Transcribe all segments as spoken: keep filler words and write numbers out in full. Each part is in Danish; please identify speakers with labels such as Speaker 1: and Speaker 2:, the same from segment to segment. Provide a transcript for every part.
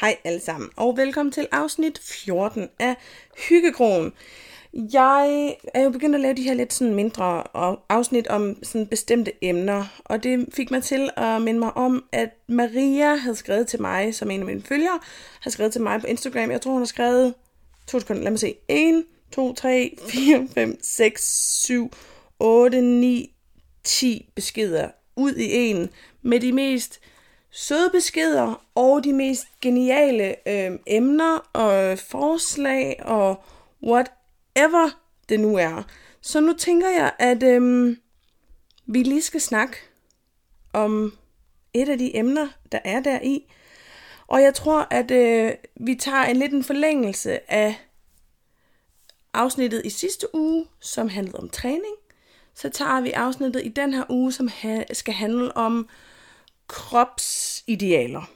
Speaker 1: Hej alle sammen, og velkommen til afsnit fjorten af Hyggekrogen. Jeg er jo begyndt at lave de her lidt sådan mindre afsnit om sådan bestemte emner, og det fik mig til at minde mig om, at Maria havde skrevet til mig, som en af mine følgere, har skrevet til mig på Instagram. Jeg tror, hun har skrevet, to sekunder, lad mig se, en, to, tre, fire, fem, seks, syv, otte, ni, ti beskeder ud i en, med de mest søde beskeder og de mest geniale øh, emner og forslag og whatever det nu er. Så nu tænker jeg, at øh, vi lige skal snakke om et af de emner, der er der i. Og jeg tror, at øh, vi tager en lidt en forlængelse af afsnittet i sidste uge, som handlede om træning. Så tager vi afsnittet i den her uge, som ha- skal handle om kropsidealer.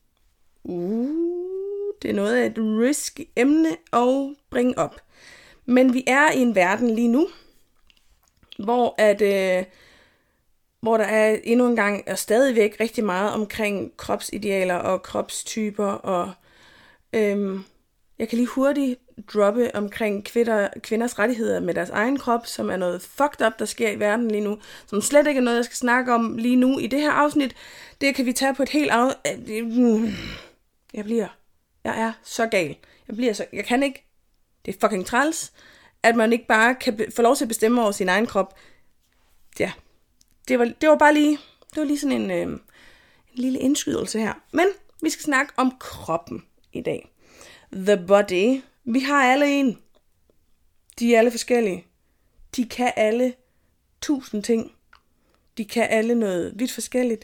Speaker 1: Uh, det er noget af et risky emne at bringe op. Men vi er i en verden lige nu, hvor, at, øh, hvor der er endnu en gang og stadigvæk rigtig meget omkring kropsidealer og kropstyper. Og øhm, jeg kan lige hurtigt droppe omkring kvinder, kvinders rettigheder med deres egen krop, som er noget fucked up, der sker i verden lige nu, som slet ikke er noget, jeg skal snakke om lige nu i det her afsnit. Det kan vi tage på et helt af... Jeg bliver... Jeg er så gal. Jeg bliver så... Jeg kan ikke... Det er fucking træls, at man ikke bare kan be... få lov til at bestemme over sin egen krop. Ja. Det var, det var bare lige... Det var lige sådan en, øh... en lille indskydelse her. Men vi skal snakke om kroppen i dag. The body. Vi har alle en. De er alle forskellige. De kan alle tusind ting. De kan alle noget vidt forskelligt.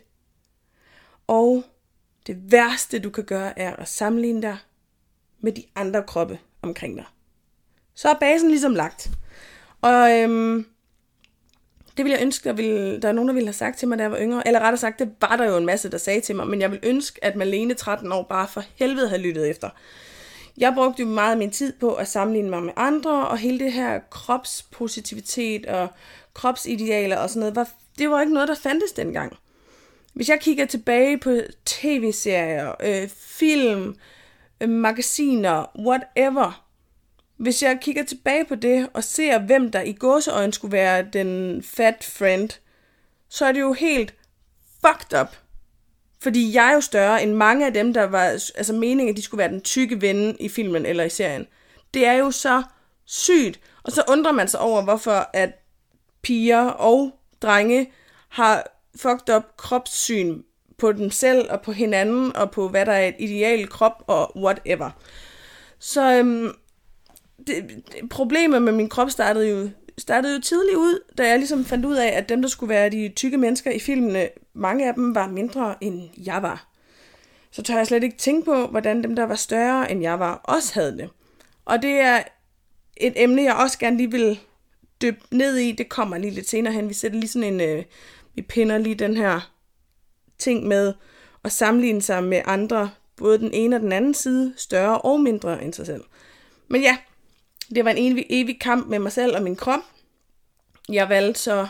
Speaker 1: Og det værste, du kan gøre, er at sammenligne dig med de andre kroppe omkring dig. Så er basen ligesom lagt. Og øhm, det vil jeg ønske, der, ville, der er nogen, der ville have sagt til mig, da jeg var yngre. Eller rettere sagt, det var der jo en masse, der sagde til mig. Men jeg vil ønske, at Malene tretten år bare for helvede havde lyttet efter. Jeg brugte jo meget af min tid på at sammenligne mig med andre, og hele det her kropspositivitet og kropsidealer og sådan noget, var, det var ikke noget, der fandtes dengang. Hvis jeg kigger tilbage på tv-serier, øh, film, øh, magasiner, whatever. Hvis jeg kigger tilbage på det og ser, hvem der i gåseøjne skulle være den fat friend, så er det jo helt fucked up. Fordi jeg er jo større end mange af dem, der var altså meningen, at de skulle være den tykke ven i filmen eller i serien. Det er jo så sygt. Og så undrer man sig over, hvorfor at piger og drenge har fucked up kropssyn på dem selv og på hinanden og på, hvad der er et ideal krop og whatever. Så øhm, det, det, problemet med min krop startede jo, startede jo tidligt ud, da jeg ligesom fandt ud af, at dem, der skulle være de tykke mennesker i filmene, mange af dem var mindre, end jeg var. Så tør jeg slet ikke tænke på, hvordan dem, der var større, end jeg var, også havde det. Og det er et emne, jeg også gerne lige vil dyppe ned i. Det kommer lige lidt senere hen. Vi sætter lige sådan en... Øh, vi pinder lige den her ting med at sammenligne sig med andre, både den ene og den anden side, større og mindre end sig selv. Men ja, det var en evig, evig kamp med mig selv og min krop. Jeg valgte så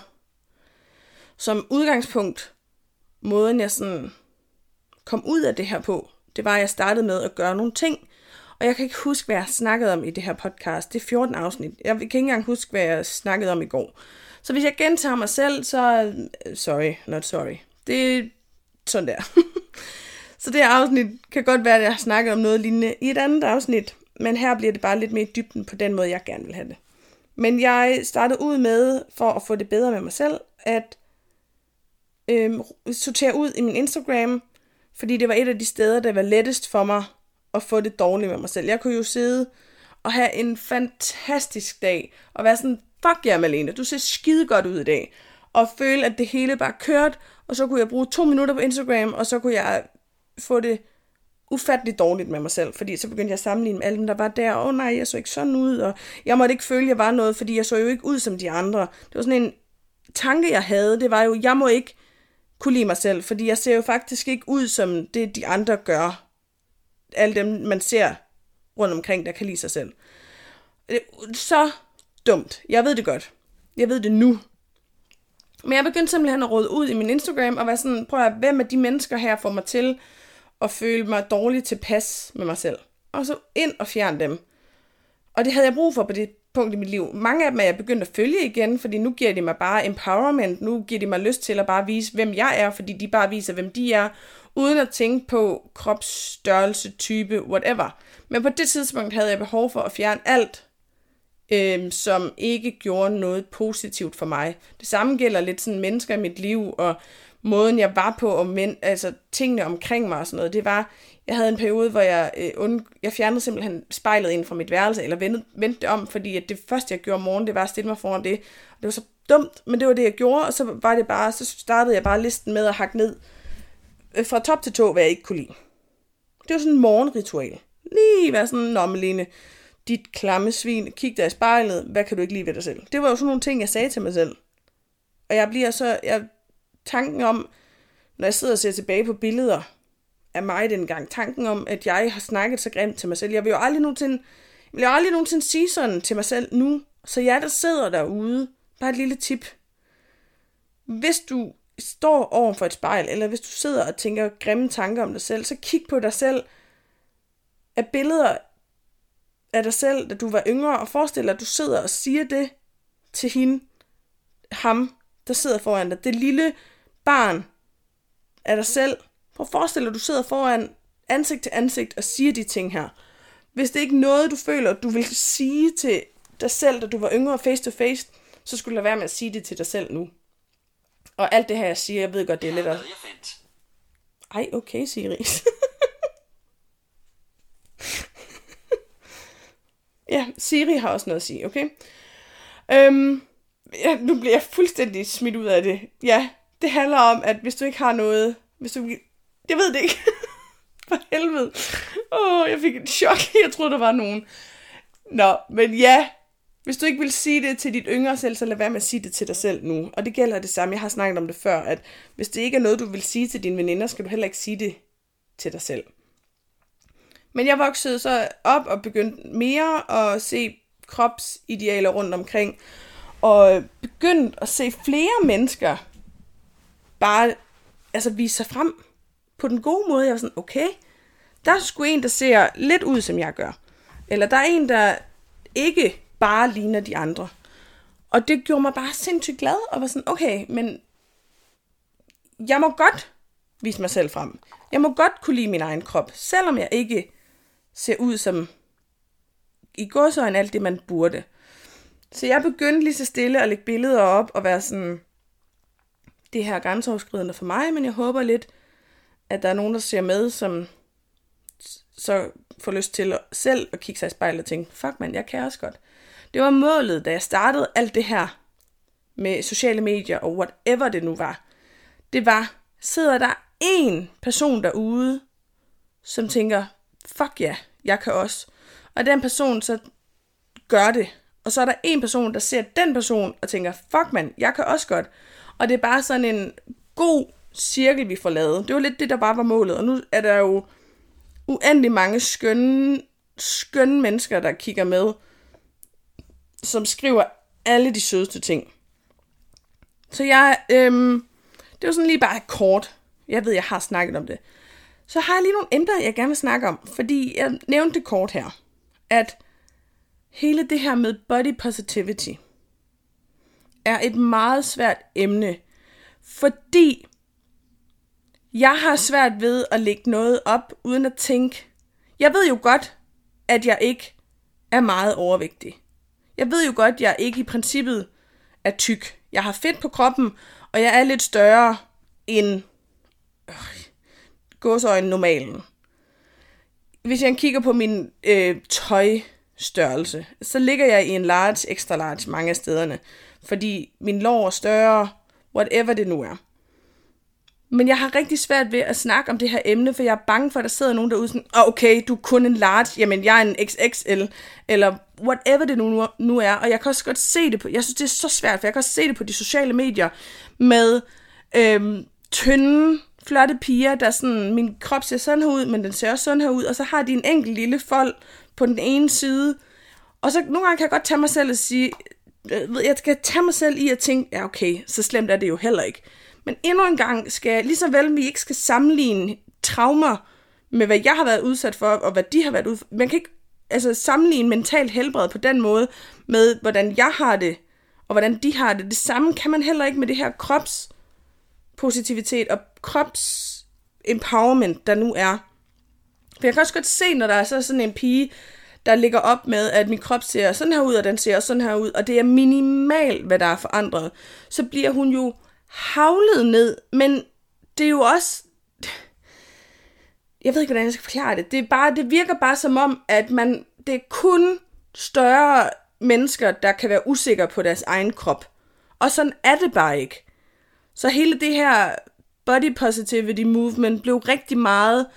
Speaker 1: som udgangspunkt, måden jeg sådan kom ud af det her på, det var, at jeg startede med at gøre nogle ting. Og jeg kan ikke huske, hvad jeg snakkede om i det her podcast. Det er fjorten afsnit. Jeg kan ikke engang huske, hvad jeg snakkede om i går. Så hvis jeg gentager mig selv, så... Sorry, not sorry. Det er sådan der. Så det her afsnit kan godt være, at jeg har snakket om noget lignende i et andet afsnit. Men her bliver det bare lidt mere i dybden på den måde, jeg gerne vil have det. Men jeg startede ud med, for at få det bedre med mig selv, at øhm, sortere ud i min Instagram. Fordi det var et af de steder, der var lettest for mig at få det dårligt med mig selv. Jeg kunne jo sidde og have en fantastisk dag og være sådan... Fuck jer, Malene, du ser skide godt ud i dag. Og føle, at det hele bare kørt. Og så kunne jeg bruge to minutter på Instagram, og så kunne jeg få det ufatteligt dårligt med mig selv. Fordi så begyndte jeg at sammenligne med alle dem, der var der. Åh oh, nej, jeg så ikke sådan ud. Og jeg måtte ikke føle, at jeg var noget, fordi jeg så jo ikke ud som de andre. Det var sådan en tanke, jeg havde. Det var jo, jeg må ikke kunne lide mig selv. Fordi jeg ser jo faktisk ikke ud, som det de andre gør. Alle dem, man ser rundt omkring, der kan lide sig selv. Så... dumt. Jeg ved det godt. Jeg ved det nu. Men jeg begyndte simpelthen at råde ud i min Instagram og være sådan, prøv at hvem af de mennesker her får mig til og føle mig dårligt tilpas med mig selv. Og så ind og fjerne dem. Og det havde jeg brug for på det punkt i mit liv. Mange af dem er jeg begyndt at følge igen, fordi nu giver de mig bare empowerment. Nu giver de mig lyst til at bare vise, hvem jeg er, fordi de bare viser, hvem de er, uden at tænke på kropsstørrelse, type, whatever. Men på det tidspunkt havde jeg behov for at fjerne alt, øhm, som ikke gjorde noget positivt for mig. Det samme gælder lidt sådan mennesker i mit liv, og måden jeg var på, og men, altså tingene omkring mig og sådan noget. Det var, jeg havde en periode, hvor jeg, øh, und, jeg fjernede simpelthen spejlet ind fra mit værelse, eller vendte, vendte det om, fordi at det første, jeg gjorde om morgenen, det var at stille mig foran det. Og det var så dumt, men det var det, jeg gjorde, og så var det bare, så startede jeg bare listen med at hakke ned øh, fra top til tå, hvad jeg ikke kunne lide. Det var sådan en morgenritual. Lige være sådan, nå Malene, dit klamme svin, kig der i spejlet, hvad kan du ikke lide ved dig selv? Det var jo sådan nogle ting, jeg sagde til mig selv. Og jeg bliver så, jeg, tanken om, når jeg sidder og ser tilbage på billeder af mig dengang, tanken om, at jeg har snakket så grimt til mig selv, jeg vil jo aldrig nogensinde, jeg vil jo aldrig nogensinde sige sådan til mig selv nu, så jeg der sidder derude, bare et lille tip. Hvis du står over for et spejl, eller hvis du sidder og tænker grimme tanker om dig selv, så kig på dig selv af billeder af dig selv, da du var yngre, og forestil dig, at du sidder og siger det til hende, ham, der sidder foran dig. Det lille barn af dig selv. Prøv at forestille dig, at du sidder foran ansigt til ansigt og siger de ting her. Hvis det ikke er noget, du føler, du vil sige til dig selv, da du var yngre face to face, så skulle du lade være med at sige det til dig selv nu. Og alt det her, jeg siger, jeg ved godt, det er lidt at... Ej, okay, Siri. Ja, Siri har også noget at sige, okay? Øhm, ja, nu bliver jeg fuldstændig smidt ud af det. Ja, det handler om, at hvis du ikke har noget... Hvis du... Jeg ved det ikke. For helvede. Åh, oh, jeg fik et chok. Jeg troede, der var nogen. Nå, men ja. Hvis du ikke vil sige det til dit yngre selv, så lad være med at sige det til dig selv nu. Og det gælder det samme. Jeg har snakket om det før, at hvis det ikke er noget, du vil sige til dine veninder, skal du heller ikke sige det til dig selv. Men jeg voksede så op og begyndte mere at se kropsidealer rundt omkring. Og begyndte at se flere mennesker bare altså vise sig frem på den gode måde. Jeg var sådan, okay, der er sgu en, der ser lidt ud, som jeg gør. Eller der er en, der ikke bare ligner de andre. Og det gjorde mig bare sindssygt glad, og var sådan, okay, men jeg må godt vise mig selv frem. Jeg må godt kunne lide min egen krop, selvom jeg ikke ser ud som i gåseøjne alt det, man burde. Så jeg begyndte lige så stille at lægge billeder op, og være sådan, det her er grænseoverskridende for mig, men jeg håber lidt, at der er nogen, der ser med, som så får lyst til selv at kigge sig i spejlet og tænke, fuck man, jeg kan også godt. Det var målet, da jeg startede alt det her med sociale medier og whatever det nu var. Det var, sidder der en person derude, som tænker, fuck ja, jeg kan også. Og den person så gør det. Og så er der en person, der ser den person og tænker, fuck man, jeg kan også godt. Og det er bare sådan en god cirkel, vi får lavet. Det var lidt det, der bare var målet. Og nu er der jo uendelig mange skønne, skønne mennesker, der kigger med, som skriver alle de sødeste ting. Så jeg, øhm, det var sådan lige bare kort. Jeg ved, jeg har snakket om det. Så har jeg lige nogle emner, jeg gerne vil snakke om. Fordi jeg nævnte det kort her. At hele det her med body positivity er et meget svært emne. Fordi jeg har svært ved at lægge noget op, uden at tænke. Jeg ved jo godt, at jeg ikke er meget overvægtig. Jeg ved jo godt, at jeg ikke i princippet er tyk. Jeg har fedt på kroppen, og jeg er lidt større end øh, gåseøjne normalen. Hvis jeg kigger på min øh, tøjstørrelse, så ligger jeg i en large, extra large mange af stederne. Fordi min lår er større, whatever det nu er. Men jeg har rigtig svært ved at snakke om det her emne, for jeg er bange for, at der sidder nogen derude sådan, oh, okay, du er kun en large, jamen jeg er en X X L, eller whatever det nu, nu er. Og jeg kan også godt se det på, jeg synes det er så svært, for jeg kan også se det på de sociale medier, med øhm, tynde, flotte piger, der sådan, min krop ser sådan her ud, men den ser også sådan her ud, og så har de en enkelt lille fold på den ene side. Og så nogle gange kan jeg godt tage mig selv og sige, jeg skal tage mig selv i at tænke, ja okay, så slemt er det jo heller ikke. Men endnu en gang skal, lige så vel vi ikke skal sammenligne traumer med hvad jeg har været udsat for, og hvad de har været udsat for. Man kan ikke altså, sammenligne mentalt helbred på den måde, med hvordan jeg har det, og hvordan de har det. Det samme kan man heller ikke med det her kropspositivitet og kropsempowerment, der nu er. For jeg kan også godt se, når der er så sådan en pige, der ligger op med, at min krop ser sådan her ud, og den ser sådan her ud, og det er minimalt, hvad der er forandret, så bliver hun jo havlet ned, men det er jo også, jeg ved ikke, hvordan jeg skal forklare det, det, er bare, det virker bare som om, at man, det er kun større mennesker, der kan være usikre på deres egen krop, og sådan er det bare ikke. Så hele det her body positivity movement blev rigtig meget,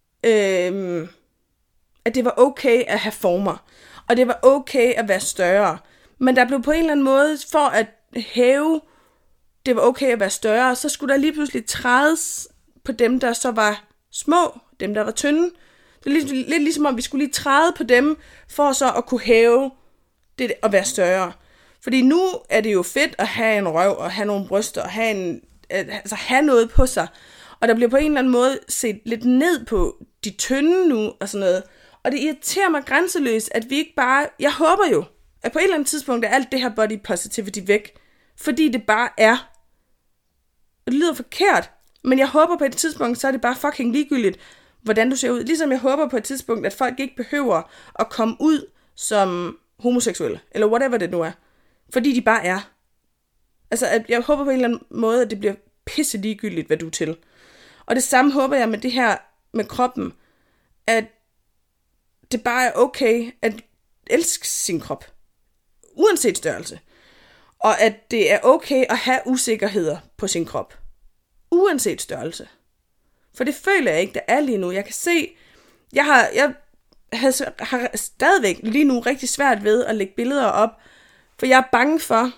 Speaker 1: øh, at det var okay at have former, og det var okay at være større, men der blev på en eller anden måde, for at hæve, det var okay at være større, så skulle der lige pludselig trædes på dem, der så var små, dem der var tynde. Det er lidt, lidt ligesom om vi skulle lige træde på dem, for så at kunne hæve det at være større. Fordi nu er det jo fedt at have en røv, og have nogle bryster, og have, en, altså have noget på sig. Og der bliver på en eller anden måde set lidt ned på de tynde nu, og sådan noget. Og det irriterer mig grænseløst, at vi ikke bare, jeg håber jo, at på et eller andet tidspunkt er alt det her body positivity væk. Fordi det bare er. Det lyder forkert, men jeg håber på et tidspunkt, så er det bare fucking ligegyldigt, hvordan du ser ud. Ligesom jeg håber på et tidspunkt, at folk ikke behøver at komme ud som homoseksuelle, eller whatever det nu er. Fordi de bare er. Altså, at jeg håber på en eller anden måde, at det bliver pisse ligegyldigt, hvad du er til. Og det samme håber jeg med det her med kroppen, at det bare er okay at elske sin krop, uanset størrelse. Og at det er okay at have usikkerheder på sin krop, uanset størrelse. For det føler jeg ikke, der er lige nu. Jeg kan se, jeg har, jeg har, har stadigvæk lige nu rigtig svært ved at lægge billeder op, for jeg er bange for,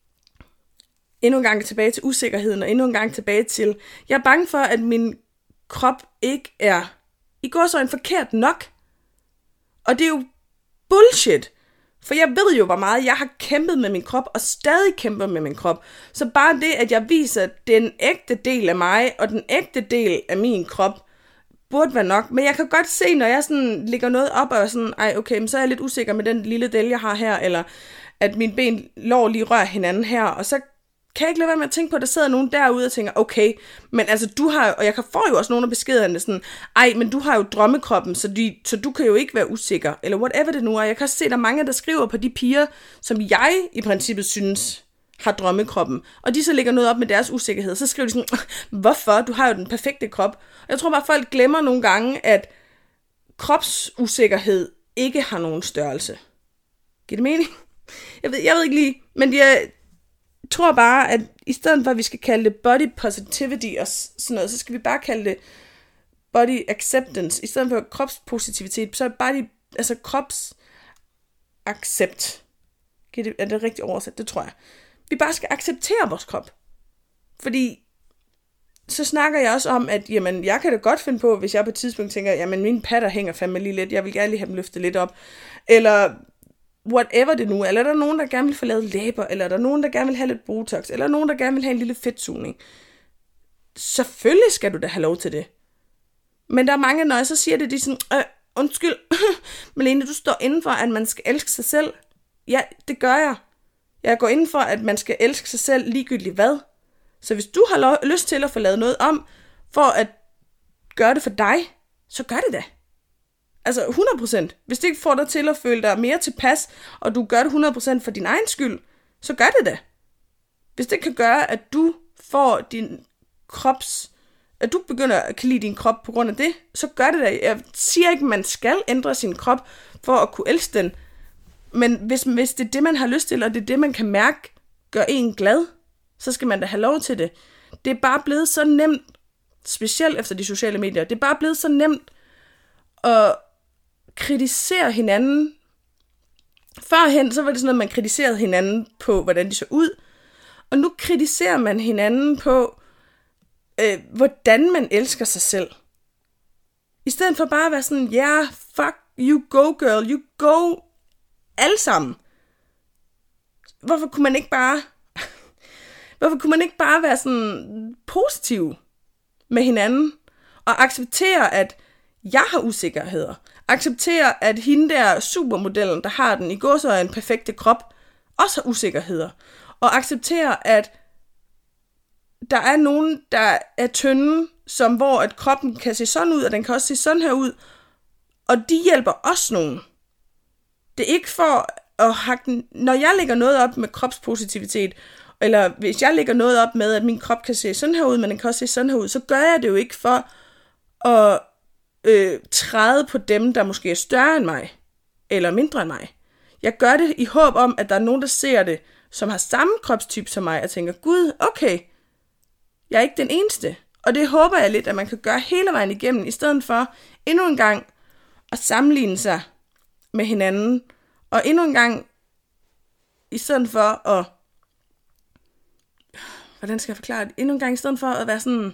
Speaker 1: endnu en gang tilbage til usikkerheden, og endnu en gang tilbage til, jeg er bange for, at min krop ikke er, i går så en forkert nok. Og det er jo bullshit. For jeg ved jo, hvor meget jeg har kæmpet med min krop, og stadig kæmper med min krop. Så bare det, at jeg viser den ægte del af mig, og den ægte del af min krop, burde være nok. Men jeg kan godt se, når jeg sådan lægger noget op, og er sådan, ej okay, men så er jeg lidt usikker med den lille del, jeg har her, eller at mine ben lår lige rører hinanden her, og så kan jeg ikke lade være med at tænke på, at der sidder nogen derude og tænker, okay, men altså du har, og jeg får jo også nogle af beskederne sådan, ej, men du har jo drømmekroppen, så, de, så du kan jo ikke være usikker, eller whatever det nu er. Jeg kan også se, at der er mange, der skriver på de piger, som jeg i princippet synes har drømmekroppen, og de så lægger noget op med deres usikkerhed, så skriver de sådan, hvorfor? Du har jo den perfekte krop. Og jeg tror bare, folk glemmer nogle gange, at kropsusikkerhed ikke har nogen størrelse. Giver det mening? Jeg ved, jeg ved ikke lige, men jeg tror bare, at i stedet for, at vi skal kalde det body positivity og sådan noget, så skal vi bare kalde det body acceptance. I stedet for kropspositivitet, så er det bare de, altså kropsaccept. Er det rigtigt oversat? Det tror jeg. Vi bare skal acceptere vores krop. Fordi så snakker jeg også om, at jamen, jeg kan da godt finde på, hvis jeg på et tidspunkt tænker, jamen mine patter hænger fandme lige lidt, jeg vil gerne lige have dem løftet lidt op. Eller whatever det nu er. Eller er der nogen, der gerne vil få lavet læber, eller er der nogen, der gerne vil have lidt botox, eller er der nogen, der gerne vil have en lille fedtsugning. Selvfølgelig skal du da have lov til det. Men der er mange, når jeg så siger det, de er sådan, øh, undskyld, Malene, du står inden for, at man skal elske sig selv. Ja, det gør jeg. Jeg går inden for, at man skal elske sig selv ligegyldigt hvad. Så hvis du har lo- lyst til at få lavet noget om, for at gøre det for dig, så gør det da. Altså hundrede procent. Hvis det ikke får dig til at føle dig mere tilpas, og du gør det hundrede procent for din egen skyld, så gør det da. Hvis det kan gøre, at du får din krops, at du begynder at kan lide din krop på grund af det, så gør det da. Jeg siger ikke, at man skal ændre sin krop for at kunne elske den. Men hvis, hvis det er det, man har lyst til, og det er det, man kan mærke, gør en glad, så skal man da have lov til det. Det er bare blevet så nemt, specielt efter de sociale medier, det er bare blevet så nemt at kritisere hinanden. Førhen, så var det sådan noget, man kritiserede hinanden på, hvordan de så ud. Og nu kritiserer man hinanden på, øh, hvordan man elsker sig selv. I stedet for bare at være sådan, ja, yeah, fuck, you go girl, you go, alle sammen. Hvorfor kunne man ikke bare, hvorfor kunne man ikke bare være sådan positiv med hinanden, og acceptere, at jeg har usikkerheder. Acceptere, at hende der supermodellen, der har den i gåseøjne perfekte krop, også har usikkerheder. Og acceptere, at der er nogen, der er tynde, som hvor at kroppen kan se sådan ud, og den kan også se sådan her ud. Og de hjælper også nogen. Det er ikke for at hakke den. Når jeg lægger noget op med kropspositivitet, eller hvis jeg lægger noget op med, at min krop kan se sådan her ud, men den kan også se sådan her ud, så gør jeg det jo ikke for at øh, træde på dem, der måske er større end mig, eller mindre end mig. Jeg gør det i håb om, at der er nogen, der ser det, som har samme kropstype som mig, og tænker, gud, okay, jeg er ikke den eneste. Og det håber jeg lidt, at man kan gøre hele vejen igennem, i stedet for endnu en gang at sammenligne sig med hinanden, og endnu en gang, i stedet for at, hvordan skal jeg forklare det, endnu en gang, i stedet for at være sådan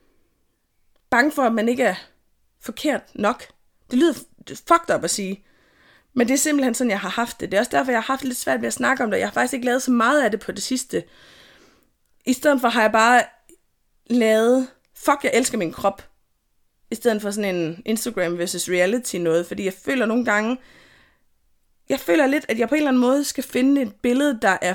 Speaker 1: bange for, at man ikke er forkert nok. Det lyder fucked up at sige, men det er simpelthen sådan, jeg har haft det. Det er også derfor, jeg har haft lidt svært ved at snakke om det. Jeg har faktisk ikke lavet så meget af det på det sidste. I stedet for har jeg bare lavet, fuck, jeg elsker min krop, i stedet for sådan en Instagram versus reality noget, fordi jeg føler nogle gange, jeg føler lidt, at jeg på en eller anden måde skal finde et billede, der er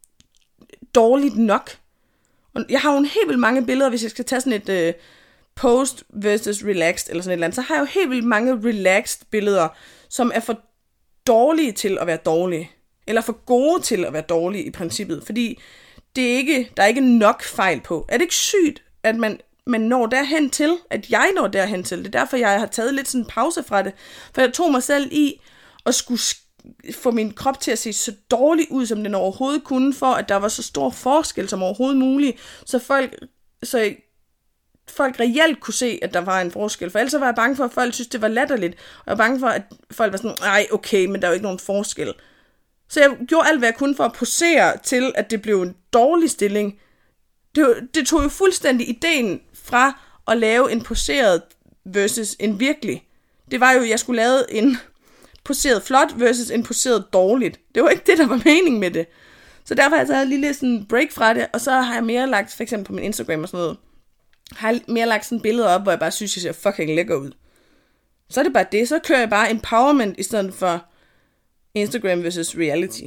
Speaker 1: dårligt nok. Og jeg har jo en helt vildt mange billeder, hvis jeg skal tage sådan et uh, post versus relaxed, eller sådan et eller andet, så har jeg jo helt vildt mange relaxed billeder, som er for dårlige til at være dårlige, eller for gode til at være dårlige i princippet, fordi det er ikke, der er ikke nok fejl på. Er det ikke sygt, at man, man når derhen til, at jeg når derhen til? Det er derfor, jeg har taget lidt sådan en pause fra det, for jeg tog mig selv i at skulle få min krop til at se så dårligt ud, som den overhovedet kunne, for at der var så stor forskel som overhovedet muligt, så folk, så folk reelt kunne se, at der var en forskel. For ellers var jeg bange for, at folk synes, det var latterligt, og jeg var bange for, at folk var sådan, nej, okay, men der er jo ikke nogen forskel. Så jeg gjorde alt, hvad jeg kunne for at posere til, at det blev en dårlig stilling. Det, det tog jo fuldstændig ideen fra at lave en poseret versus en virkelig. Det var jo, at jeg skulle lave en poseret flot versus en poseret dårligt. Det var ikke det, der var meningen med det. Så derfor har jeg taget en lille sådan break fra det, og så har jeg mere lagt, for eksempel på min Instagram og sådan noget, har jeg mere lagt sådan billeder op, hvor jeg bare synes, jeg ser fucking lækker ud. Så er det bare det. Så kører jeg bare empowerment i stedet for Instagram versus reality.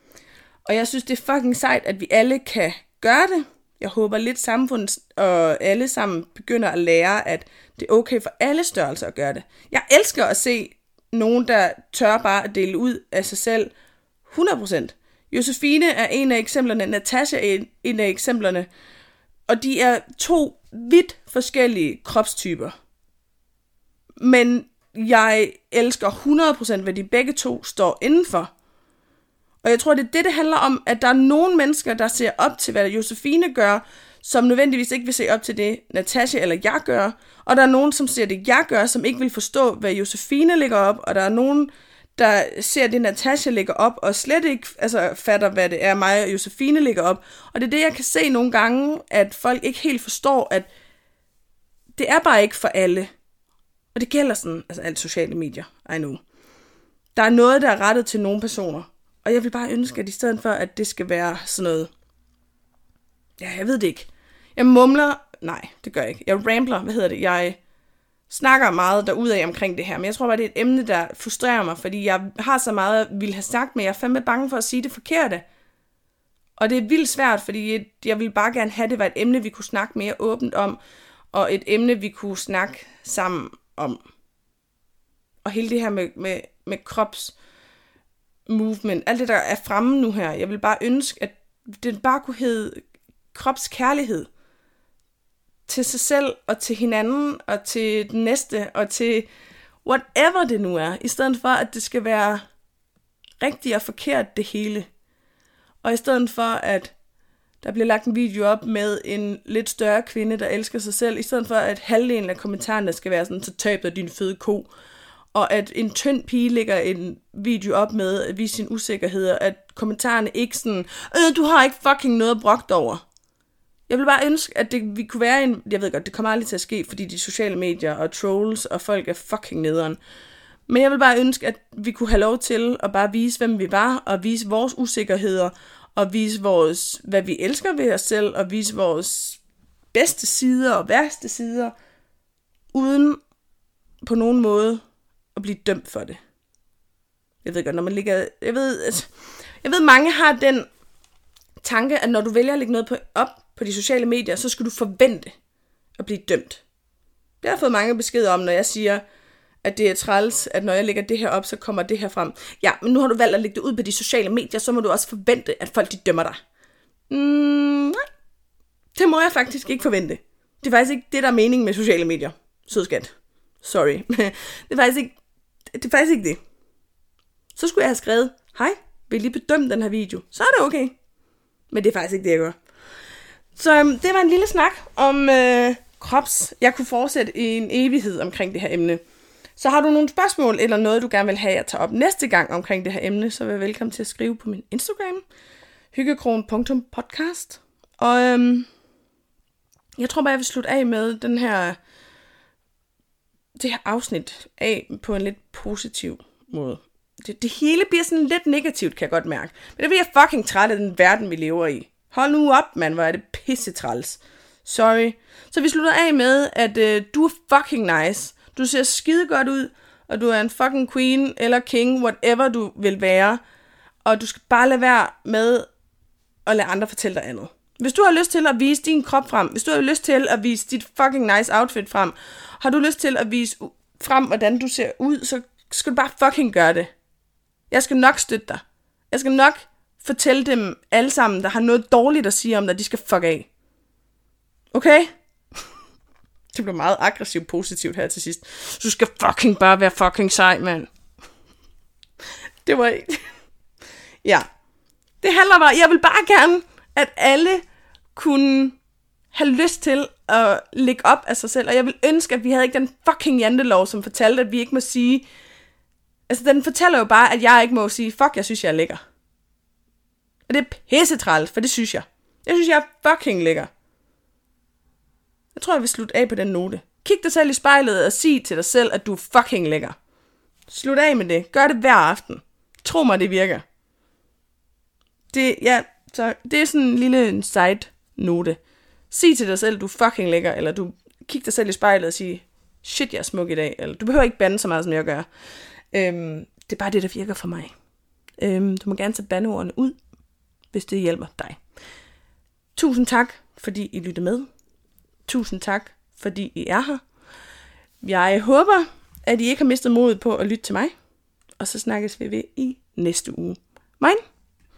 Speaker 1: Og jeg synes, det er fucking sejt, at vi alle kan gøre det. Jeg håber lidt samfundet og alle sammen begynder at lære, at det er okay for alle størrelser at gøre det. Jeg elsker at se nogen, der tør bare at dele ud af sig selv hundrede procent. Josefine er en af eksemplerne, Natasha er en af eksemplerne, og de er to vidt forskellige kropstyper. Men jeg elsker hundrede procent, hvad de begge to står indenfor. Og jeg tror, det er det, det handler om, at der er nogle mennesker, der ser op til, hvad Josefine gør, som nødvendigvis ikke vil se op til det, Natasha eller jeg gør. Og der er nogen, som ser det, jeg gør, som ikke vil forstå, hvad Josefine lægger op. Og der er nogen, der ser det, Natasha lægger op, og slet ikke altså, fatter, hvad det er, mig og Josefine lægger op. Og det er det, jeg kan se nogle gange, at folk ikke helt forstår, at det er bare ikke for alle. Og det gælder sådan, altså alt sociale medier, I know. Der er noget, der er rettet til nogle personer. Og jeg vil bare ønske, at i stedet for, at det skal være sådan noget, ja, jeg ved det ikke. Jeg mumler, nej, det gør jeg ikke. Jeg rambler, hvad hedder det? Jeg snakker meget derudad omkring det her, men jeg tror bare, det er et emne, der frustrerer mig, fordi jeg har så meget, jeg ville have sagt, men jeg er fandme bange for at sige det forkerte. Og det er vildt svært, fordi jeg ville bare gerne have, det var et emne, vi kunne snakke mere åbent om, og et emne, vi kunne snakke sammen om. Og hele det her med, med, med krops movement, alt det, der er fremme nu her, jeg vil bare ønske, at det bare kunne hedde kropskærlighed til sig selv, og til hinanden, og til den næste, og til whatever det nu er, i stedet for, at det skal være rigtigt og forkert det hele. Og i stedet for, at der bliver lagt en video op med en lidt større kvinde, der elsker sig selv, i stedet for, at halvdelen af kommentarerne skal være sådan, så tab dig din fede ko, og at en tynd pige lægger en video op med at vise sine usikkerheder, at kommentarerne ikke sådan, øh, du har ikke fucking noget at brokke over. Jeg vil bare ønske, at det, vi kunne være en, jeg ved godt, det kommer aldrig til at ske, fordi de sociale medier og trolls og folk er fucking nederen. Men jeg vil bare ønske, at vi kunne have lov til at bare vise, hvem vi var, og vise vores usikkerheder, og vise vores, hvad vi elsker ved os selv, og vise vores bedste sider og værste sider, uden på nogen måde at blive dømt for det. Jeg ved godt, når man ligger... Jeg ved, altså, jeg ved mange har den tanke, at når du vælger at lægge noget på, op på de sociale medier, så skal du forvente at blive dømt. Det har jeg fået mange beskeder om, når jeg siger, at det er træls, at når jeg lægger det her op, så kommer det her frem. Ja, men nu har du valgt at lægge det ud på de sociale medier, så må du også forvente, at folk de dømmer dig. Mm, nej, det må jeg faktisk ikke forvente. Det er faktisk ikke det, der er meningen med sociale medier. Sødskat. Sorry. det, er faktisk ikke, det er faktisk ikke det. Så skulle jeg have skrevet, hej, vil I lige bedømme den her video? Så er det okay. Men det er faktisk ikke det, jeg gør. Så øhm, det var en lille snak om øh, krops. Jeg kunne fortsætte i en evighed omkring det her emne. Så har du nogle spørgsmål, eller noget, du gerne vil have, at tage op næste gang omkring det her emne, så er jeg velkommen til at skrive på min Instagram, hyggekron punktum podcast. Og øhm, jeg tror bare, jeg vil slutte af med den her, det her afsnit af på en lidt positiv måde. Det, det hele bliver sådan lidt negativt, kan jeg godt mærke. Men det bliver jeg fucking træt af den verden, vi lever i. Hold nu op, mand, hvor er det pissetræls. Sorry. Så vi slutter af med, at øh, du er fucking nice. Du ser skide godt ud, og du er en fucking queen eller king, whatever du vil være. Og du skal bare lade være med at lade andre fortælle dig andet. Hvis du har lyst til at vise din krop frem, hvis du har lyst til at vise dit fucking nice outfit frem, har du lyst til at vise frem, hvordan du ser ud, så skal du bare fucking gøre det. Jeg skal nok støtte dig. Jeg skal nok fortælle dem alle sammen, der har noget dårligt at sige om dig, de skal fuck af. Okay? Det blev meget aggressivt positivt her til sidst. Du skal fucking bare være fucking sej, mand. Det var ikke... Ja. Det handler bare... Jeg vil bare gerne, at alle kunne have lyst til at lægge op af sig selv. Og jeg vil ønske, at vi havde ikke den fucking jantelov, som fortalte, at vi ikke må sige... Altså, den fortæller jo bare, at jeg ikke må sige, fuck, jeg synes, jeg er lækker. Og det er pissetræls, for det synes jeg. Jeg synes, jeg er fucking lækker. Jeg tror, jeg vil slutte af på den note. Kig dig selv i spejlet og sig til dig selv, at du er fucking lækker. Slut af med det. Gør det hver aften. Tro mig, det virker. Det, ja, så det er sådan en lille side note. Sig til dig selv, at du er fucking lækker, eller du kig dig selv i spejlet og sig, shit, jeg er smuk i dag. Eller du behøver ikke bande så meget, som jeg gør. Øhm, det er bare det, der virker for mig. Øhm, du må gerne tage bandeordene ud, hvis det hjælper dig. Tusind tak, fordi I lytter med. Tusind tak, fordi I er her. Jeg håber, at I ikke har mistet modet på at lytte til mig. Og så snakkes vi ved i næste uge. Moin!